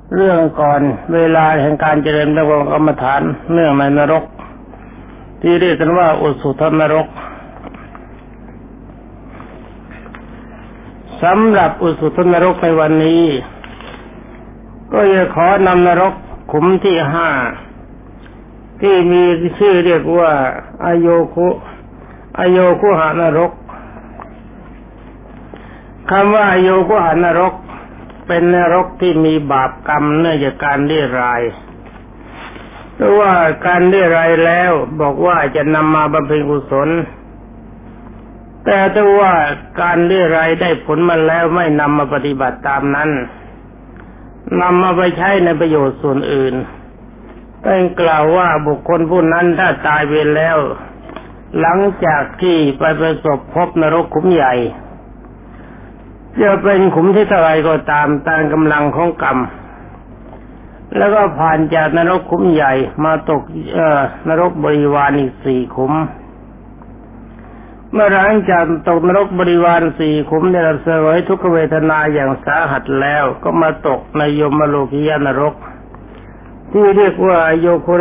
เรื่องก่อนเวลาแห่งการเจริญพระกรรมฐานเนื่องในนรกที่เรียกกันว่าอุสุทนรกสำหรับอุสุทนรกในวันนี้ก็จะขอนำนรกขุมที่5ที่มีชื่อเรียกว่าอโยคุหานรกคำว่าอโยคุหานรกเป็นนรกที่มีบาปกรรมเนื่องจากการเรี่ยไรเพราะว่าการเรี่ยไรแล้วบอกว่าจะนำมาบำเพ็ญกุศลแต่ถ้าว่าการเรี่ยไรได้ผลมาแล้วไม่นำมาปฏิบัติตามนั้นนำมาไปใช้ในประโยชน์ส่วนอื่นต้องกล่าวว่าบุคคลผู้นั้นถ้าตายไปแล้วหลังจากที่ไปประสบพบนรกขุมใหญ่จะเป็นขุมที่เท่าไรก็ตามตามกำลังของกรรมแล้วก็ผ่านจากนรกขุมใหญ่มาตกนรกบริวารอีก4ขุมเมื่อหลังจากตกนรกบริวาร4ขุมได้รับเสวยทุกขเวทนาอย่างสาหัสแล้วก็มาตกในยมโลกิยนรกที่เรียกว่าอโยคุ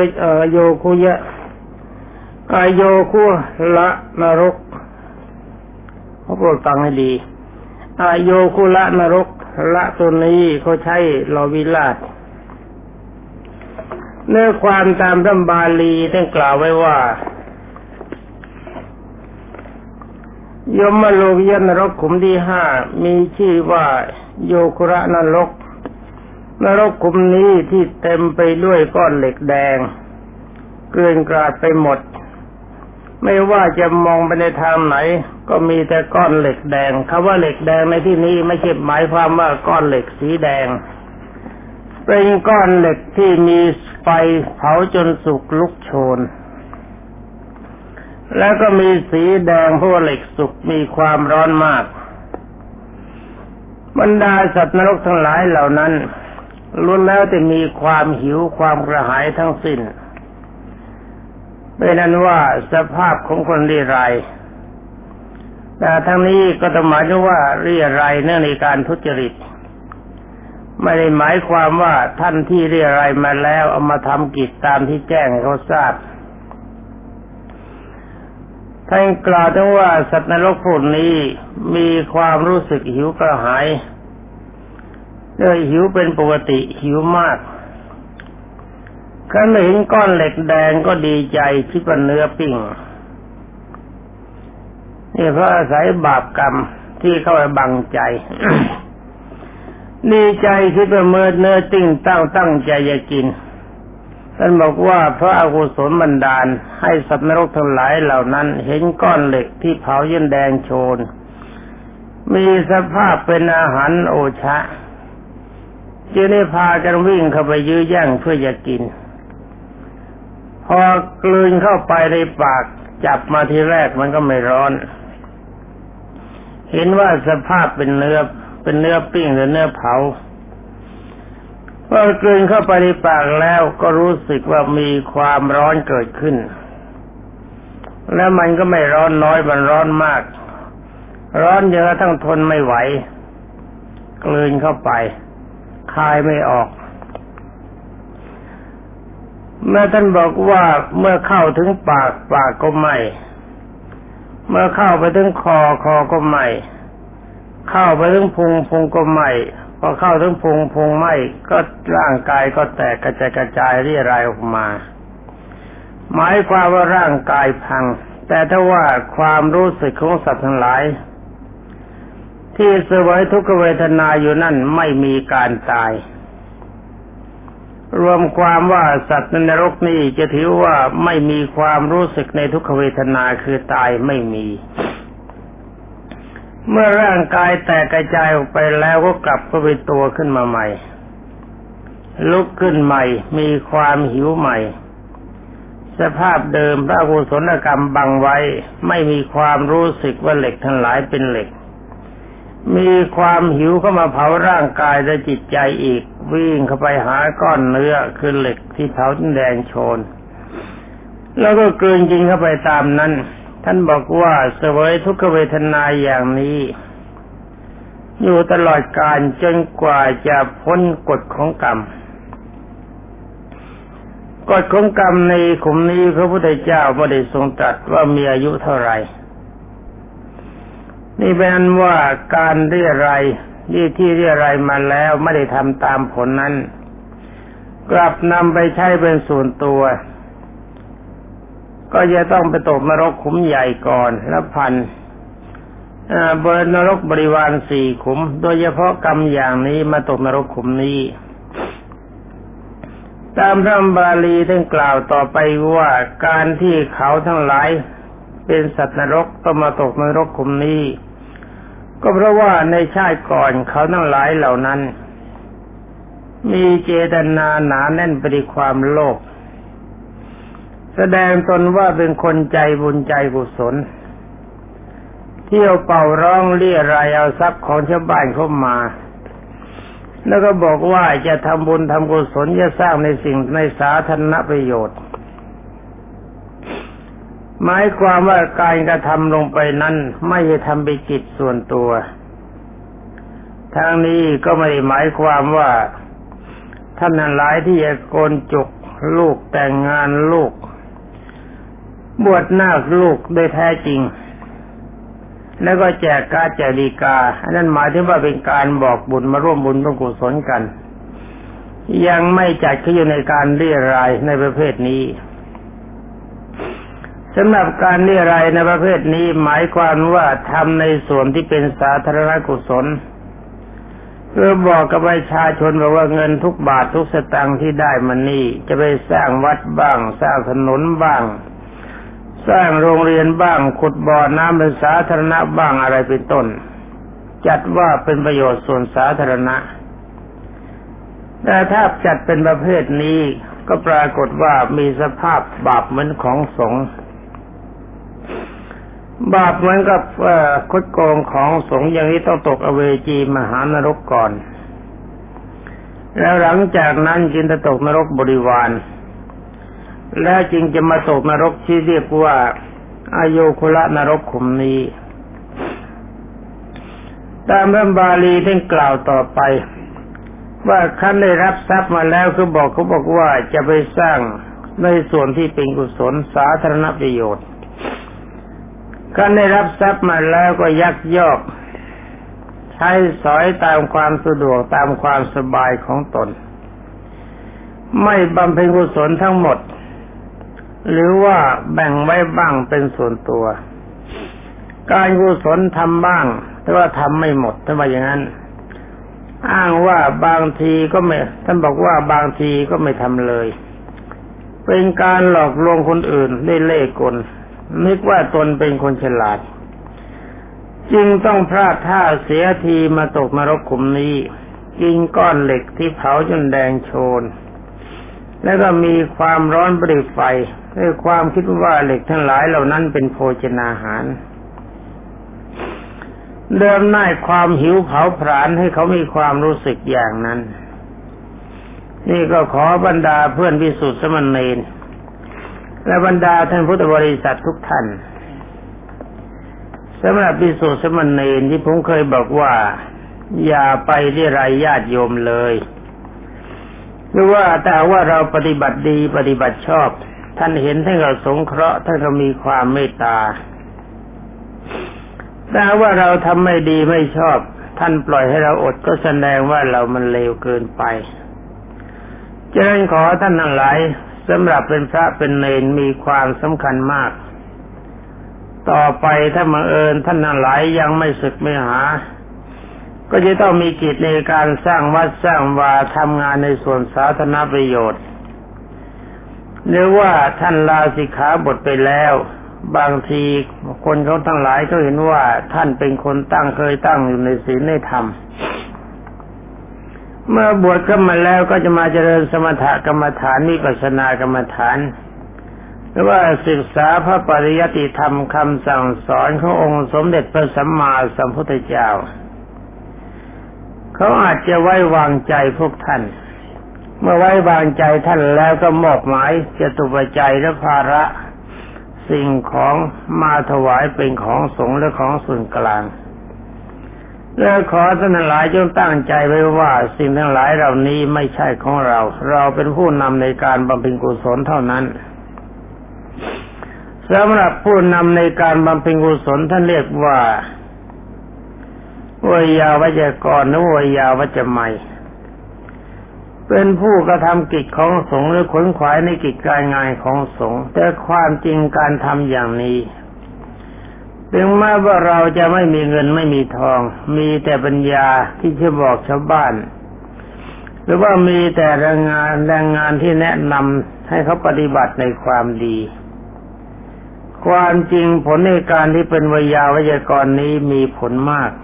ละนรกเขาโปรดฟังให้ดีอโยคุละนรกละตัวนี้เขาใช้ลอวิลาศเนื้อความตามพระบาลีได้กล่าวไว้ว่ายมโลกิยนรกขุมที่5มีชื่อว่าโยคุระนรกขุมนี้ที่เต็มไปด้วยก้อนเหล็กแดงเกลื่อนกราดไปหมดไม่ว่าจะมองไปในทางไหนก็มีแต่ก้อนเหล็กแดงคำว่าเหล็กแดงในที่นี้ไม่ใช่หมายความว่าก้อนเหล็กสีแดงเป็นก้อนเหล็กที่มีไฟเผาจนสุกลุกโชนแล้วก็มีสีแดงเพราะเหล็กสุกมีความร้อนมากบรรดาสัตว์นรกทั้งหลายเหล่านั้นล้วนแล้วแต่มีความหิวความกระหายทั้งสิ้นเป็นนั้นว่าสภาพของคนเรี่ยไรแต่ทั้งนี้ก็ต้องหมายถึงว่าเรี่ยไรเนื่องในการทุจริตไม่ได้หมายความว่าท่านที่เรี่ยไรมาแล้วเอามาทำกิจตามที่แจ้งให้เขาทราบท่านกล่าวถึงว่าสัตว์นรกพวกนี้มีความรู้สึกหิวกระหายโดยหิวเป็นปกติหิวมากครั้นเห็นก้อนเหล็กแดงก็ดีใจคิดว่าเนื้อปิ้งนี่เพราะอาศัยบาปกรรมที่เข้าไปบังใจ ดีใจคิดว่าเมื่อเนื้อติ้งตั้งใจจะกินท่านบอกว่าเพราะอกุศลบันดาลให้สัตว์นรกทั้งหลายเหล่านั้นเห็นก้อนเหล็กที่เผายันแดงโชนมีสภาพเป็นอาหารโอชะจึงได้พากันวิ่งเข้าไปยื้อแย่งเพื่อจะกินพอกลืนเข้าไปในปากจับมาทีแรกมันก็ไม่ร้อนเห็นว่าสภาพเป็นเนื้อปิ้งหรือเนื้อเผาพอกลืนเข้าไปในปากแล้วก็รู้สึกว่ามีความร้อนเกิดขึ้นแล้วมันก็ไม่ร้อนน้อยมันร้อนมากร้อนเยอะทั้งทนไม่ไหวกลืนเข้าไปคายไม่ออกเมื่อท่านบอกว่าเมื่อเข้าถึงปากก็ไหม้เมื่อเข้าไปถึงคอก็ไหม้เข้าไปถึงพุงก็ไหม้พอเข้าถึงพุงไหม้ก็ร่างกายก็แตกกระจายเรี่ยไรออกมาหมายความว่าร่างกายพังแต่ถ้าว่าความรู้สึกของสัตว์ทั้งหลายที่เสวยทุกขเวทนาอยู่นั่นไม่มีการตายรวมความว่าสัตว์ในนรกนี้จะถือว่าไม่มีความรู้สึกในทุกขเวทนาคือตายไม่มีเมื่อร่างกายแตกกระจายออกไปแล้วก็กลับเข้าไปตัวขึ้นมาใหม่ลุกขึ้นใหม่มีความหิวใหม่สภาพเดิมพระอกุศลกรรมบังไว้ไม่มีความรู้สึกว่าเหล็กทั้งหลายเป็นเหล็กมีความหิวเข้ามาเผาร่างกายและจิตใจอีกวิ่งเข้าไปหาก้อนเนื้อคือเหล็กที่เผาจนแดงโชนแล้วก็กลืนกินเข้าไปตามนั้นท่านบอกว่าเสวยทุกขเวทนาอย่างนี้อยู่ตลอดกาลจนกว่าจะพ้นกฎของกรรมกฎของกรรมในขุมนี้พระพุทธเจ้าไม่ได้ทรงตรัสว่ามีอายุเท่าไหร่นี่เป็นอันว่าการเรียรัยที่เรียรัยมาแล้วไม่ได้ทำตามผลนั้นกลับนำไปใช้เป็นส่วนตัวก็จะต้องไปตกนรกขุมใหญ่ก่อนแล้วพันนรกบริวาร4ขุมโดยเฉพาะกรรมอย่างนี้มาตกนรกขุมนี้ตามพระบาลีท่านกล่าวต่อไปว่าการที่เขาทั้งหลายเป็นสัตว์นรกต้องมาตกนรกขุมนี้ก็เพราะว่าในชาติก่อนเขาทั้งหลายเหล่านั้นมีเจตนาหนาแน่นไปด้วยความโลภแสดงตนว่าเป็นคนใจบุญใจกุศลเที่ยวเป่าร้องเรี่ยรายเอาทรัพย์ของชาวบ้านเข้ามาแล้วก็บอกว่าจะทำบุญทำกุศลจะสร้างในสิ่งในสาธารณประโยชน์หมายความว่าการกระทำลงไปนั้นไม่ใช่ทำไปกิจส่วนตัวทางนี้ก็ไม่ได้หมายความว่าท่านทั้งหลายที่จะโกนจุกลูกแต่งงานลูกบวชนาคลูกโดยแท้จริงแล้วก็แจกการ์ดแจกดีกาอันนั้นหมายถึงว่าเป็นการบอกบุญมาร่วมบุญร่วมกุศลกันยังไม่จัดขึ้นอยู่ในการเรียรายในประเภทนี้สำหรับการเรียรายในประเภทนี้หมายความว่าทำในส่วนที่เป็นสาธารณกุศลเพื่อบอกกับประชาชนว่าเงินทุกบาททุกสตางค์ที่ได้มานี่จะไปสร้างวัดบ้างสร้างถนนบ้างสร้างโรงเรียนบ้างขุดบ่อน้ำเป็นสาธารณะบ้างอะไรเป็นต้นจัดว่าเป็นประโยชน์ส่วนสาธารณะแต่ถ้าจัดเป็นประเภทนี้ก็ปรากฏว่ามีสภาพบาปเหมือนของสงฆ์บาปเหมือนกับคดโกงของสงฆ์อย่างนี้ต้องตกอเวจีมหานรกก่อนแล้วหลังจากนั้นจึงจะตกนรกบริวารแล้วจึงจะมาตกนรกที่เรียกว่าอโยคุละนรกขุมนี้ตามพระบาลีท่านกล่าวต่อไปว่าขั้นได้รับทรัพย์มาแล้วเขาบอกว่าจะไปสร้างในส่วนที่เป็นกุศลสาธารณประโยชน์ขั้นได้รับทรัพย์มาแล้วก็ยักยอกใช้สอยตามความสะดวกตามความสบายของตนไม่บำเพ็ญกุศลทั้งหมดหรือว่าแบ่งไว้บ้างเป็นส่วนตัวการกุศลทำบ้างแต่ว่าทำไม่หมดถ้าว่าอย่างนั้นอ้างว่าบางทีก็ไม่ท่านบอกว่าบางทีก็ไม่ทำเลยเป็นการหลอกลวงคนอื่นได้เล่ห์กลนึกว่าตนเป็นคนฉลาดจึงต้องพลาดท่าเสียทีมาตกนรกขุมนี้กินก้อนเหล็กที่เผาจนแดงโชนแล้วก็มีความร้อนประไฟด้วยความคิดว่าเหล็กทั้งหลายเหล่านั้นเป็นโภชนาหารเดิมหน้าความหิวเผาผลาญให้เขามีความรู้สึกอย่างนั้นนี่ก็ขอบรรดาเพื่อนภิกษุสมณเณรและบรรดาท่านพุทธบริษัททุกท่านสำหรับภิกษุสมณเณรที่ผมเคยบอกว่าอย่าไปเรียรายญาติโยมเลยหรือว่าแต่ว่าเราปฏิบัติดีปฏิบัติชอบท่านเห็นท่านก็สงเคราะห์ท่านก็มีความเมตตาแต่ว่าเราทำไม่ดีไม่ชอบท่านปล่อยให้เราอดก็แสดงว่าเรามันเลวเกินไปฉะนั้นขอท่านทั้งหลายสำหรับเป็นพระเป็นเณรมีความสำคัญมากต่อไปถ้าบังเอิญท่านทั้งหลายยังไม่ศึกไม่หาก็จะต้องมีกิจในการสร้างวัดสร้างวาทำงานในส่วนสาธารณประโยชน์หรือว่าท่านลาสิกขาบทไปแล้วบางทีคนเขาทั้งหลายก็เห็นว่าท่านเป็นคนเคยตั้งอยู่ในศีลในธรรมเมื่อบวชเข้ามาแล้วก็จะมาเจริญสมถกรรมฐานวิปัสสนากรรมฐานหรือว่าศึกษาพระปริยัติธรรมคำสั่งสอนขององค์สมเด็จพระสัมมาสัมพุทธเจ้าเขาอาจจะไว้วางใจพวกท่านเมื่อไว้วางใจท่านแล้วก็มอบหมายจตุปัจจัยและภาระสิ่งของมาถวายเป็นของสงฆ์และของส่วนกลางแล้วขอท่านทั้งหลายจงตั้งใจไว้ว่าสิ่งทั้งหลายเหล่านี้ไม่ใช่ของเราเราเป็นผู้นำในการบำเพ็ญกุศลเท่านั้นสำหรับผู้นำในการบำเพ็ญกุศลท่านเรียกว่าวยาวัจกรหรือวยาวัจไมยเป็นผู้กระทำกิจของสงฆ์หรือขวนขวายในกิจการงานของสงฆ์แต่ความจริงการทำอย่างนี้ถึงแม้ว่าเราจะไม่มีเงินไม่มีทองมีแต่ปัญญาที่จะบอกชาวบ้านหรือว่ามีแต่แรงงานที่แนะนำให้เขาปฏิบัติในความดีความจริงผลในการที่เป็นวยาวัจกรนี้มีผลมาก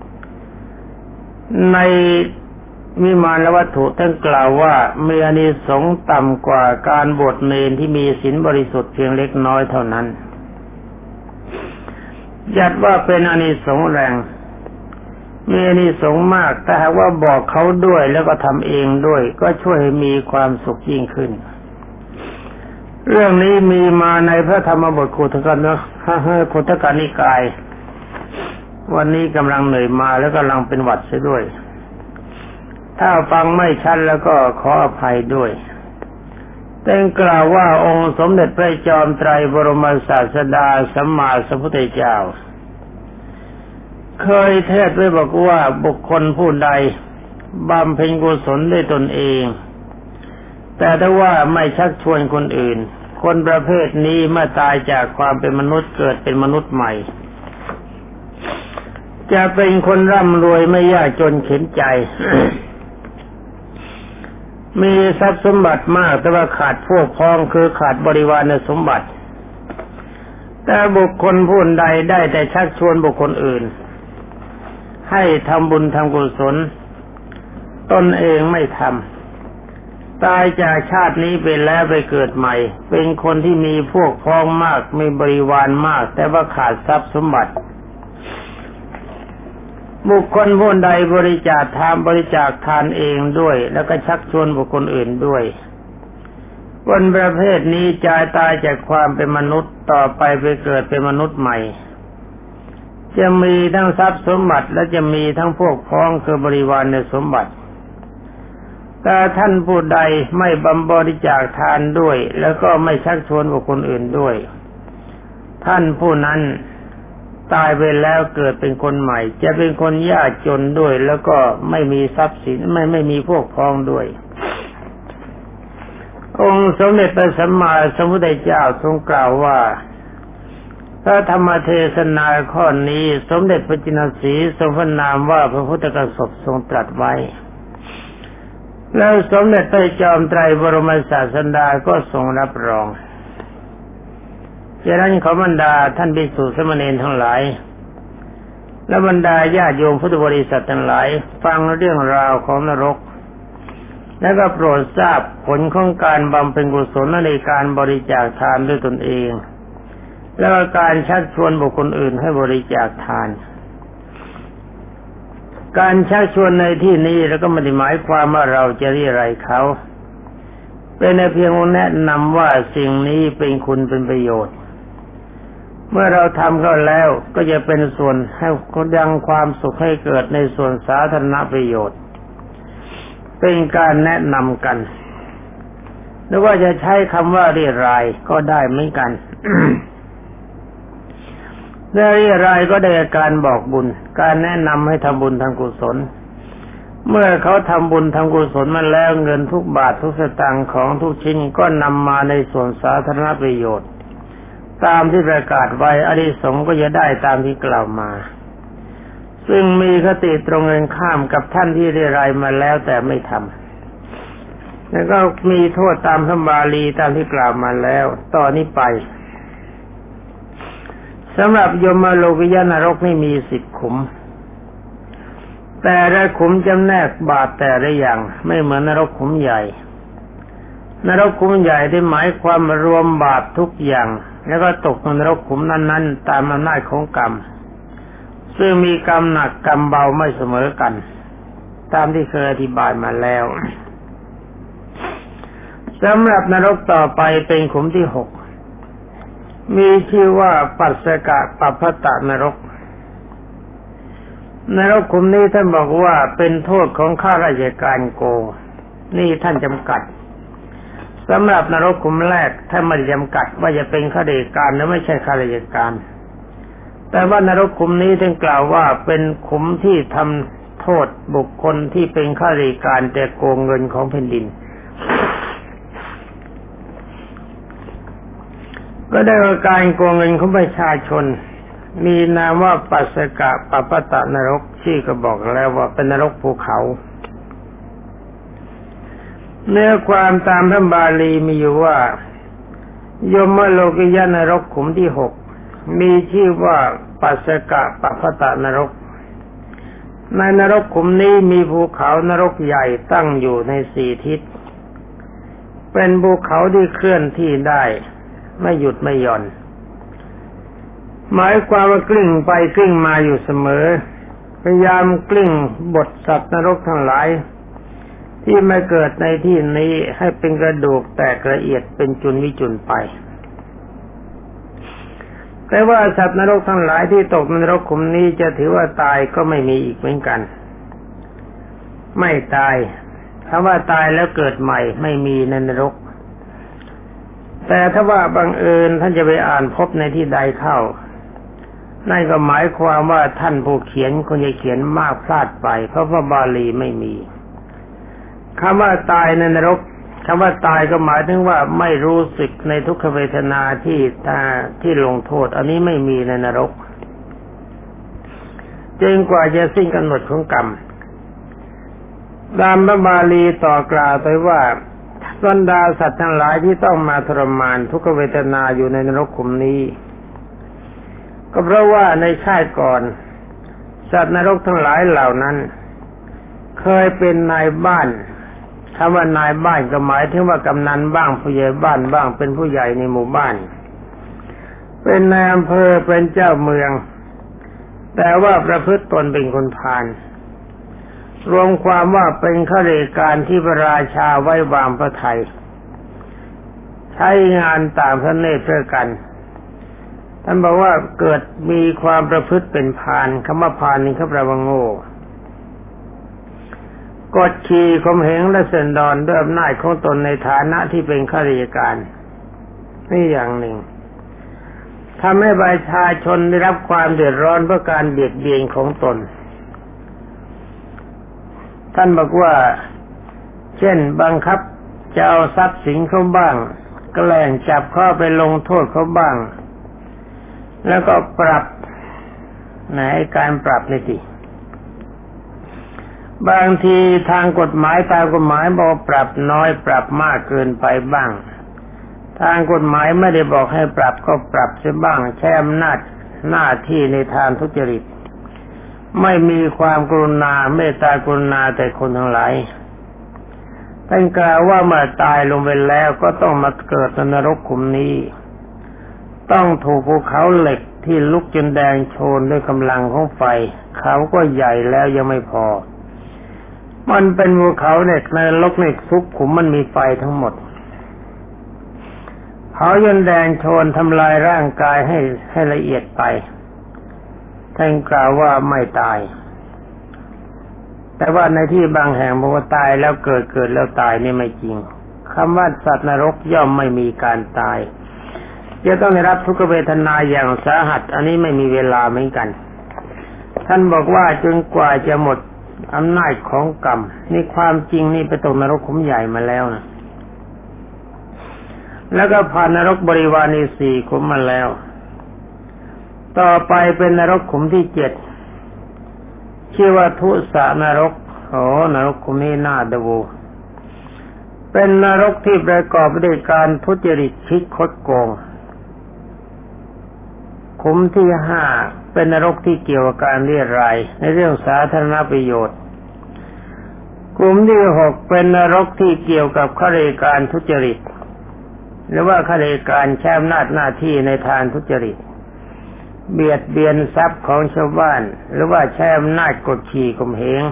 ในวิมานวัตถุท่านกล่าวว่ามีอานิสงส์ต่ำกว่าการบวชเณรที่มีศีลบริสุทธิ์เพียงเล็กน้อยเท่านั้นจัดว่าเป็นอานิสงส์แรงมีอานิสงส์มากแต่หากว่าบอกเขาด้วยแล้วก็ทำเองด้วยก็ช่วยให้มีความสุขยิ่งขึ้นเรื่องนี้มีมาในพระธรรมบทขุทกนิกายวันนี้กำลังเหนื่อยมาแล้วกำลังเป็นหวัดเสียด้วยถ้าฟังไม่ชัดแล้วก็ขออภัยด้วยแต่กล่าวว่าองค์สมเด็จพระจอมไตรบรมศาสดาสัมมาสัมพุทธเจ้าเคยเทศน์ไว้บอกว่าบุคคลผู้ใดบำเพ็ญกุศลด้วยตนเองแต่ถ้าว่าไม่ชักชวนคนอื่นคนประเภทนี้เมื่อตายจากความเป็นมนุษย์เกิดเป็นมนุษย์ใหม่จะเป็นคนร่ำรวยไม่ยากจนเข็ญใจ มีทรัพย์สมบัติมากแต่ว่าขาดพวกพ้องคือขาดบริวารสมบัติแต่บุคคลผู้ใดได้แต่ชักชวนบุคคลอื่นให้ทำบุญทำกุศลตนเองไม่ทำตายจากชาตินี้ไปแล้วไปเกิดใหม่เป็นคนที่มีพวกพ้องมากมีบริวารมากแต่ว่าขาดทรัพย์สมบัติบุคคลผู้ใดบริจาคทานเองด้วยแล้วก็ชักชวนบุคคลอื่นด้วยคนประเภทนี้จะตายจากความเป็นมนุษย์ต่อไปไปเกิดเป็นมนุษย์ใหม่จะมีทั้งทรัพย์สมบัติและจะมีทั้งพวกพ้องคือบริวารในสมบัติแต่ท่านผู้ใดไม่บริจาคทานด้วยแล้วก็ไม่ชักชวนบุคคลอื่นด้วยท่านผู้นั้นตายไปแล้วเกิดเป็นคนใหม่จะเป็นคนยากจนด้วยแล้วก็ไม่มีทรัพย์สินไม่มีพวกพ้องด้วยองค์สมเด็จพระสัมมาสัมพุทธเจ้าทรงกล่าวว่าพระธรรมเทศนาข้อนี้สมเด็จพระจินสีทรงพระนามว่าพระพุทธกสบทรงตรัสไว้แล้วสมเด็จพระจอมไตรบรมศาสดาก็ทรงรับรองฉะนั้นขอบรรดาท่านภิกษุสามเณรทั้งหลายและบรรดาญาติโยมพุทธบริษัททั้งหลายฟังเรื่องราวของนรกแล้วก็โปรดทราบผลของการบำเพ็ญกุศลในการบริจาคทานด้วยตนเองแล้วก็การชักชวนบุคคลอื่นให้บริจาคทานการชักชวนในที่นี้แล้วก็ไม่ได้หมายความว่าเราจะเรียรัยเขาเป็นเพียงแนะนำว่าสิ่งนี้เป็นคุณเป็นประโยชน์เมื่อเราทำเข้าแล้วก็จะเป็นส่วนให้ยังความสุขให้เกิดในส่วนสาธารณประโยชน์เป็นการแนะนำกันหรือว่าจะใช้คำว่าเรียรายก็ได้เหมือนกัน เรียรายก็ได้การบอกบุญการแนะนำให้ทำบุญทำกุศลเมื่อเขาทำบุญทำกุศลมาแล้วเงินทุกบาททุกสตางค์ของทุกชิ้นก็นำมาในส่วนสาธารณประโยชน์ตามที่ประกาศไว้อานิสงส์ก็จะได้ตามที่กล่าวมาซึ่งมีคติตรงกันข้ามกับท่านที่เรียรายมาแล้วแต่ไม่ทำแล้วก็มีโทษตามพระบาลีตามที่กล่าวมาแล้วต่อนนี้ไปสำหรับยมโลกิยนรกนี่มี10 ขุมแต่ละขุมจำแนกบาปแต่ละอย่างไม่เหมือนนรกขุมใหญ่นรกขุมใหญ่ได้หมายความรวมบาปทุกอย่างแล้วก็ตกในนรกขุมนั้นๆตามอำนาจของกรรมซึ่งมีกรรมหนักกรรมเบาไม่เสมอกันตามที่เคยอธิบายมาแล้วสำหรับนรกต่อไปเป็นขุมที่6มีชื่อว่าปัสสกะปัพพตนรกนรกขุมนี้ท่านบอกว่าเป็นโทษของข้าราชการโกงนี่ท่านจำกัดสำหรับนรกขุมแรกท่านไม่ได้จำกัดว่าจะเป็นข้าราชการหรือไม่ใช่ข้าราชการแต่ว่านรกขุมนี้ท่านกล่าวว่าเป็นขุมที่ทำโทษบุคคลที่เป็นข้าราชการแต่โกงเงินของแผ่นดินก็ได้ว่าการโกงเงินของประชาชนมีนามว่าปัสสกะปปตะนรกชื่อก็บอกแล้วว่าเป็นนรกภูเขาเนื้อความตามพระบาลีมีอยู่ว่ายมโลกิยนรกขุมที่6มีชื่อว่าปัสสกะปปตะนรกในนรกขุมนี้มีภูเขานรกใหญ่ตั้งอยู่ใน4 ทิศเป็นภูเขาที่เคลื่อนที่ได้ไม่หยุดไม่หย่อนหมายความว่ากลิ้งไปกลิ้งมาอยู่เสมอพยายามกลิ้งบทสัตว์นรกทั้งหลายที่มาเกิดในที่นี้ให้เป็นกระดูกแตกละเอียดเป็นจุลวิจุลไปแต่ว่าสัตว์นรกทั้งหลายที่ตกในนรกขุมนี้จะถือว่าตายก็ไม่มีอีกเหมือนกันไม่ตายถ้าว่าตายแล้วเกิดใหม่ไม่มีในนรกแต่ถ้าว่าบังเอิญท่านจะไปอ่านพบในที่ใดเข้านั่นก็หมายความว่าท่านผู้เขียนคงจะเขียนมากพลาดไปเพราะว่าบาลีไม่มีคำว่าตายในนรกคำว่าตายก็หมายถึงว่าไม่รู้สึกในทุกขเวทนาที่ลงโทษอันนี้ไม่มีในนรกจนกว่าจะสิ้นกำหนดของกรรมตามพระบาลีต่อกล่าวไปว่าบรรดาสัตว์ทั้งหลายที่ต้องมาทรมานทุกขเวทนาอยู่ในนรกขุมนี้ก็เพราะว่าในชาติก่อนสัตว์นรกทั้งหลายเหล่านั้นเคยเป็นนายบ้านคำว่านายบ้านก็หมายถึงว่ากำนันบ้างผู้ใหญ่บ้านบ้างเป็นผู้ใหญ่ในหมู่บ้านเป็นนายอำเภอเป็นเจ้าเมืองแต่ว่าประพฤติตนเป็นคนพาลรวมความว่าเป็นข้าราชการที่พระราชาไว้วางพระทัยใช้งานตามพระเนตรเพื่อกันท่านบอกว่าเกิดมีความประพฤติเป็นพาลคำว่าพาลนี่เขาแปลว่าโง่กดขี่ข่มเหงและเส้นดอนด้วยอำนาจของตนในฐานะที่เป็นข้าราชการนี่อย่างหนึ่งทำให้ประชาชนได้รับความเดือดร้อนเพราะการเบียดเบียนของตนท่านบอกว่าเช่นบังคับจะเอาทรัพย์สินเขาบ้างแกล้งจับเข้าไปลงโทษเขาบ้างแล้วก็ปรับในการปรับนี่สิบางทีทางกฎหมายตามกฎหมายบอกปรับน้อยปรับมากเกินไปบ้างทางกฎหมายไม่ได้บอกให้ปรับก็ปรับเสียบ้างใช้อำนาจหน้าที่ในทางทุจริตไม่มีความกรุณาเมตตากรุณาแต่คนทั้งหลายท่านกล่าวว่าเมื่อตายลงไปแล้วก็ต้องมาเกิดในนรกขุมนี้ต้องถูกภูเขาเหล็กที่ลุกจนแดงโชนด้วยกำลังของไฟเขาก็ใหญ่แล้วยังไม่พอมันเป็นภูเขาเหล็กในนรกในทุกขุมมันมีไฟทั้งหมดเผาจนแดงโชนทำลายร่างกายให้ละเอียดไปท่านกล่าวว่าไม่ตายแต่ว่าในที่บางแห่งบอกว่าตายแล้วเกิดแล้วตายนี่ไม่จริงคำว่าสัตว์นรกย่อมไม่มีการตายจะต้องได้รับทุกขเวทนาอย่างสาหัสอันนี้ไม่มีเวลาเหมือนกันท่านบอกว่าจนกว่าจะหมดอำนาจของกรรมนี่ความจริงนี่ไปตกนรกขุมใหญ่มาแล้วนะแล้วก็ผ่านนรกบริวารใน4ขุมมาแล้วต่อไปเป็นนรกขุมที่7ชื่อว่าทุสานรกนรกขุมนี้น่าดูเป็นนรกที่ประกอบด้วยการทุจริตคิดคดโกงขุมที่5เป็นนรกที่เกี่ยวกับการเรียรายในเรื่องสาธารณประโยชน์ขุมที่6เป็นนรกที่เกี่ยวกับข้าราชการทุจริตหรือว่าข้าราชการใช้อำนาจหน้าที่ในทางทุจริตเบียดเบียนทรัพย์ของชาวบ้านหรือว่าใช้อำนาจกดขี่ข่มเหง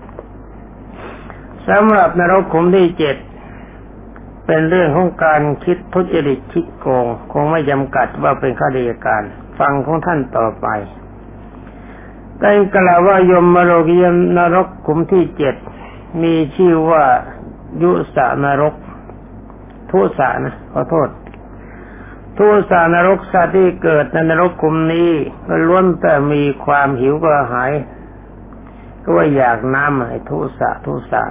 สำหรับนรกขุมที่7เป็นเรื่องของการคิดทุจริตคิดโกงคงไม่จำกัดว่าเป็นข้าราชการฟังของท่านต่อไปได้กล่าวว่ายมโลกียนรกขุมที่7มีชื่อว่ายุสานรกทุสานะขอโทษทุสานรกสัตว์ที่เกิดในนรกขุมนี้ก็ล้วนแต่มีความหิวกระหายก็ว่าอยากน้ำไอ้ทุสาน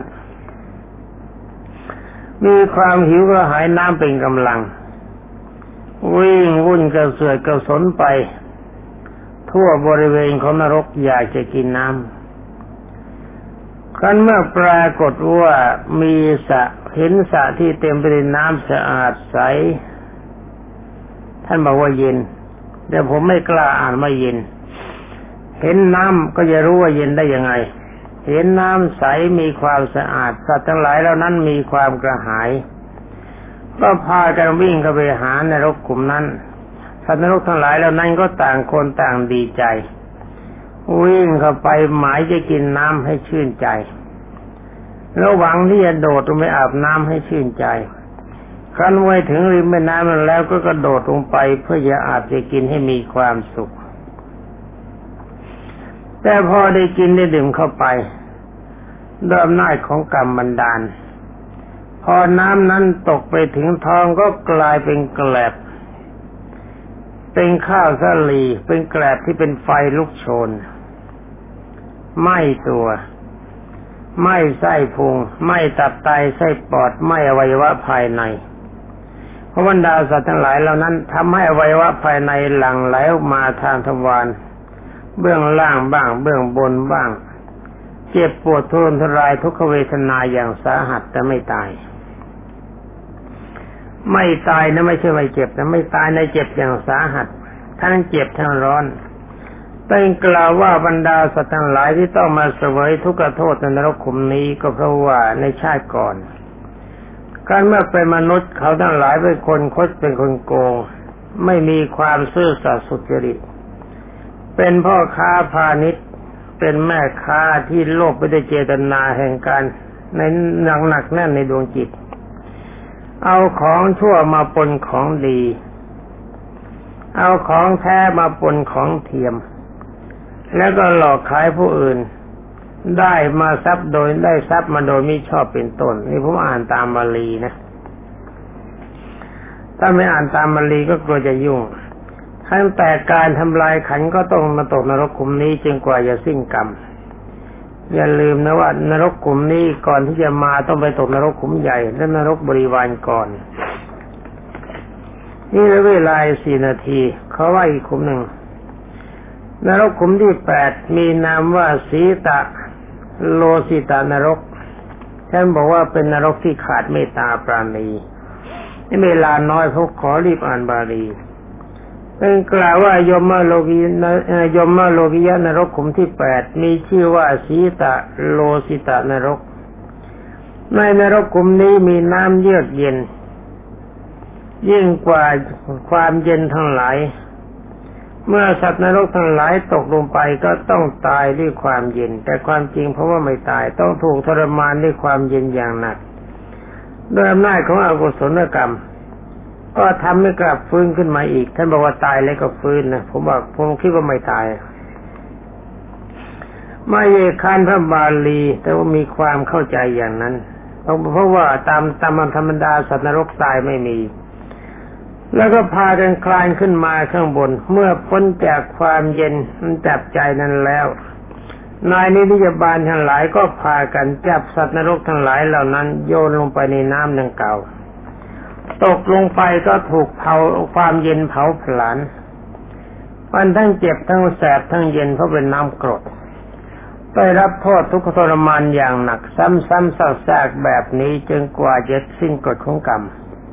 มีความหิวกระหายน้ำเป็นกำลังวิ่งวุ่นกระเสือกกระสนไปทั่วบริเวณของนรกอยากจะกินน้ำครั้นเมื่อปรากฏว่ามีสระเห็นสระที่เต็มไปด้วยน้ำสะอาดใสท่านบอกว่าเย็นแต่ผมไม่กล้าอ่านว่าเย็นเห็นน้ำก็จะรู้ว่าเย็นได้ยังไงเห็นน้ำใสมีความสะอาดสัตว์ทั้งหลายเหล่านั้นมีความกระหายก็พากันวิ่งเข้าไปหานรกขุมนั้นสัตว์นรกทั้งหลายเหล่านั้นก็ต่างคนต่างดีใจวิ่งเข้าไปหมายจะกินน้ำให้ชื่นใจแล้วหวังที่จะโดดลงไปอาบน้ำให้ชื่นใจครั้นไปถึงริมแม่น้ำนั้นแล้วก็กระโดดลงไปเพื่อจะอาบจะกินให้มีความสุขแต่พอได้กินได้ดื่มเข้าไปด้วยอำนาจของกรรมบันดาลพอน้ำนั้นตกไปถึงท้องก็กลายเป็นแกลบเป็นข้าวสาลีเป็นแกลบที่เป็นไฟลุกโชนไหม้ตัวไหม้ไส้พุงไหม้ตับไตไส้ปอดไหม้อวัยวะภายในเพราะบรรดาสัตว์ทั้งหลายเหล่านั้นทำให้อวัยวะภายในหลั่งไหลออกมาทางทวารเบื้องล่างบ้างเบื้องบนบ้างเจ็บปวดทุรนทุรายทุกขเวทนาอย่างสาหัสแต่ไม่ตายนะไม่ใช่ไม่เจ็บนะไม่ตายในเจ็บอย่างสาหัสทั้งเจ็บทั้งร้อนเป็นกล่าวว่าบรรดาสัตว์ทั้งหลายที่ต้องมาเสวยทุกขโทษในนรกขุมนี้ก็เพราะว่าในชาติก่อนการเมื่อเป็นมนุษย์เขาทั้งหลายเป็นคนคดเป็นคนโกงไม่มีความซื่อสัตย์สุจริตเป็นพ่อค้าพาณิชย์เป็นแม่ค้าที่โลภไปด้วยเจตนาแห่งการในหนักแน่นในดวงจิตเอาของชั่วมาปนของดีเอาของแท้มาปนของเทียมแล้วก็หลอกขายผู้อื่นได้มาทรัพย์โดยได้ทรัพย์มาโดยมิชอบเป็นต้นนี่ผมอ่านตามบาลีนะถ้าไม่อ่านตามบาลีก็กลัวจะยุ่งตั้งแต่การทำลายขันก็ต้องมาตกนรกขุมนี้จนกว่าจะสิ้นกรรมอย่าลืมนะว่านรกขุมนี้ก่อนที่จะมาต้องไปตกนรกขุมใหญ่และนรกบริวารก่อนนี่เหลือเวลา4 นาทีเขาว่าอีกขุมหนึ่งนรกขุมที่8มีนามว่าสีตะโลสิตานรกท่านบอกว่าเป็นนรกที่ขาดเมตตาปราณีนี่เวลาน้อยพวกขอรีบอ่านบาลีเป็นกล่าวว่ายมโลกียนรกขุมที่8มีชื่อว่าสีตะโลสิตานรกในนรกขุมนี้มีน้ำเยือกเย็นยิ่งกว่าความเย็นทั้งหลายเมื่อสัตว์นรกทั้งหลายตกลงไปก็ต้องตายด้วยความเย็นแต่ความจริงเพราะว่าไม่ตายต้องถูกทรมานด้วยความเย็นอย่างหนักด้วยอำนาจของอกุศลกรรมก็ทำให้กลับฟื้นขึ้นมาอีกท่านบอกว่าตายแล้วก็ฟื้นนะผมคิดว่าไม่ตายไม่ค้านพระบาลีแต่ว่ามีความเข้าใจอย่างนั้นเพราะว่าตามธรรมดาสัตว์นรกตายไม่มีแล้วก็พากันคลานขึ้นมาข้างบนเมื่อพ้นจากความเย็นมันจับใจนั้นแล้วนายนิติบาลทั้งหลายก็พากันจับสัตว์นรกทั้งหลายเหล่านั้นโยนลงไปในน้ำดังกล่าวตกลงไปก็ถูกเผาความเย็นเผาผลาญมันทั้งเจ็บทั้งแสบทั้งเย็นเพราะเป็นน้ำกรดได้รับโทษทุกข์ทรมานอย่างหนักซ้ำๆซากๆแบบนี้จนกว่าจะสิ้นกฎของกรรม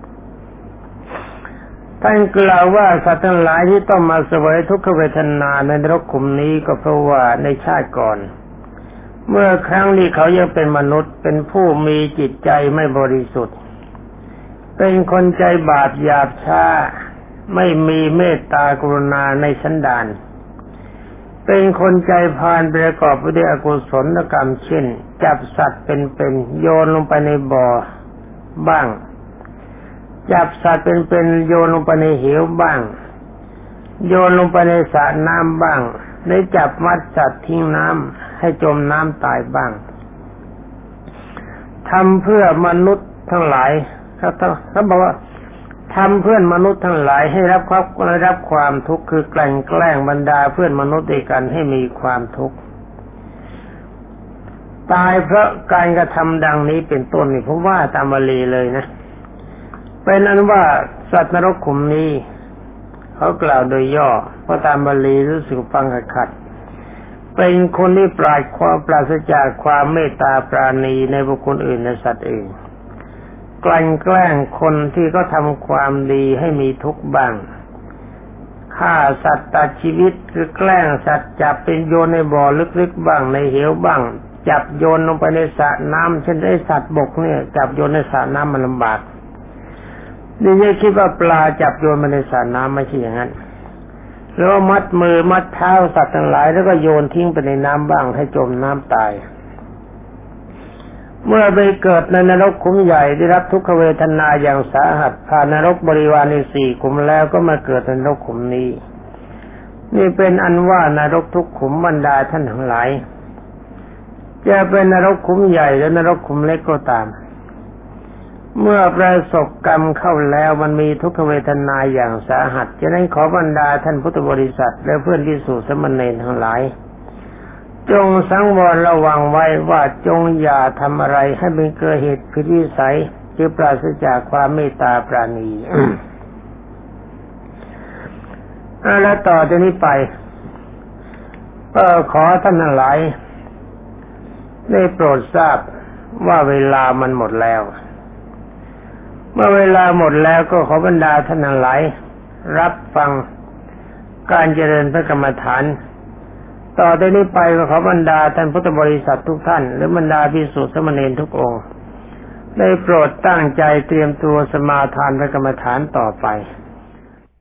ท่านกล่าวว่าสัตว์ทั้งหลายที่ต้องมาเสวยทุกขเวทนาในนรกขุมนี้ก็เพราะว่าในชาติก่อนเมื่อครั้งที่เขายังเป็นมนุษย์เป็นผู้มีจิตใจไม่บริสุทธิ์เป็นคนใจบาปหยาบช้าไม่มีเมตตากรุณาในสันดานเป็นคนใจพาลประกอบไปด้วยอกุศลกรรมเช่นจับสัตว์เป็นโยนลงไปในบ่อบ้างจับสัตว์เป็นโยนลงไปในเหวบ้างโยนลงไปในสระน้ำบ้างได้จับมัดสัตว์ทิ้งน้ำให้จมน้ำตายบ้างทำเพื่อมนุษย์ทั้งหลายเขาบอกว่าทำเพื่อนมนุษย์ทั้งหลายให้รับความทุกข์คือกลั่นแกล้งบรรดาเพื่อนมนุษย์ด้วยกันให้มีความทุกข์ตายเพราะการกระทำดังนี้เป็นต้นนี่ผมว่าตามบาลีเลยนะเป็นนั้นว่าสัตว์นรกขุมนี้เขากล่าวโดยย่อเพราะตามบาลีรู้สึกฟังขัดเป็นคนที่ปราศจากความเมตตาปราณีในบุคคลอื่นในสัตว์อื่นกลั่นแกล้งคนที่เขาทำความดีให้มีทุกข์บ้างฆ่าสัตว์ตัดชีวิตคือแกล้งสัตว์จับเป็นโยนในบ่อลึกๆบ้างในเหวบ้างจับโยนลงไปในสระน้ำเช่นไอ้สัตว์บกเนี่ยจับโยนในสระน้ำมันลำบากนี่จะคิดว่าปลาจับโยนมาในสระน้ำไม่ใช่อย่างนั้นแล้วมัดมือมัดเท้าสัตว์ทั้งหลายแล้วก็โยนทิ้งไปในน้ำบ้างให้จมน้ำตายเมื่อไปเกิดในนรกขุมใหญ่ได้รับทุกขเวทนาอย่างสาหัสผ่านนรกบริวารใน4ขุมแล้วก็มาเกิดในนรกขุมนี้นี่เป็นอันว่านรกทุกขุมบรรดาท่านทั้งหลายจะเป็นนรกขุมใหญ่หรือนรกขุมเล็กก็ตามเมื่อประสบกรรมเข้าแล้วมันมีทุกขเวทนาอย่างสาหัสฉะนั้นขอบรรดาท่านพุทธบริษัทและเพื่อนภิกษุสามเณรทั้งหลายจงสังวรระวังไว้ว่าจงอย่าทำอะไรให้เป็นเกิดเหตุผิดวิสัยที่ปราศจากความเมตตาปราณี แล้วต่อจากนี้ไปก็ขอท่านทั้งหลายได้โปรดทราบว่าเวลามันหมดแล้วเมื่อเวลาหมดแล้วก็ขอบรรดาท่านทั้งหลายรับฟังการเจริญพระกรรมฐานต่อจากนี้ไปก็ขอบรรดาท่านพุทธบริษัททุกท่านหรือบรรดาภิกษุสามเณรทุกองค์ได้โปรดตั้งใจเตรียมตัวสมาทานพระกรรมฐานต่อไป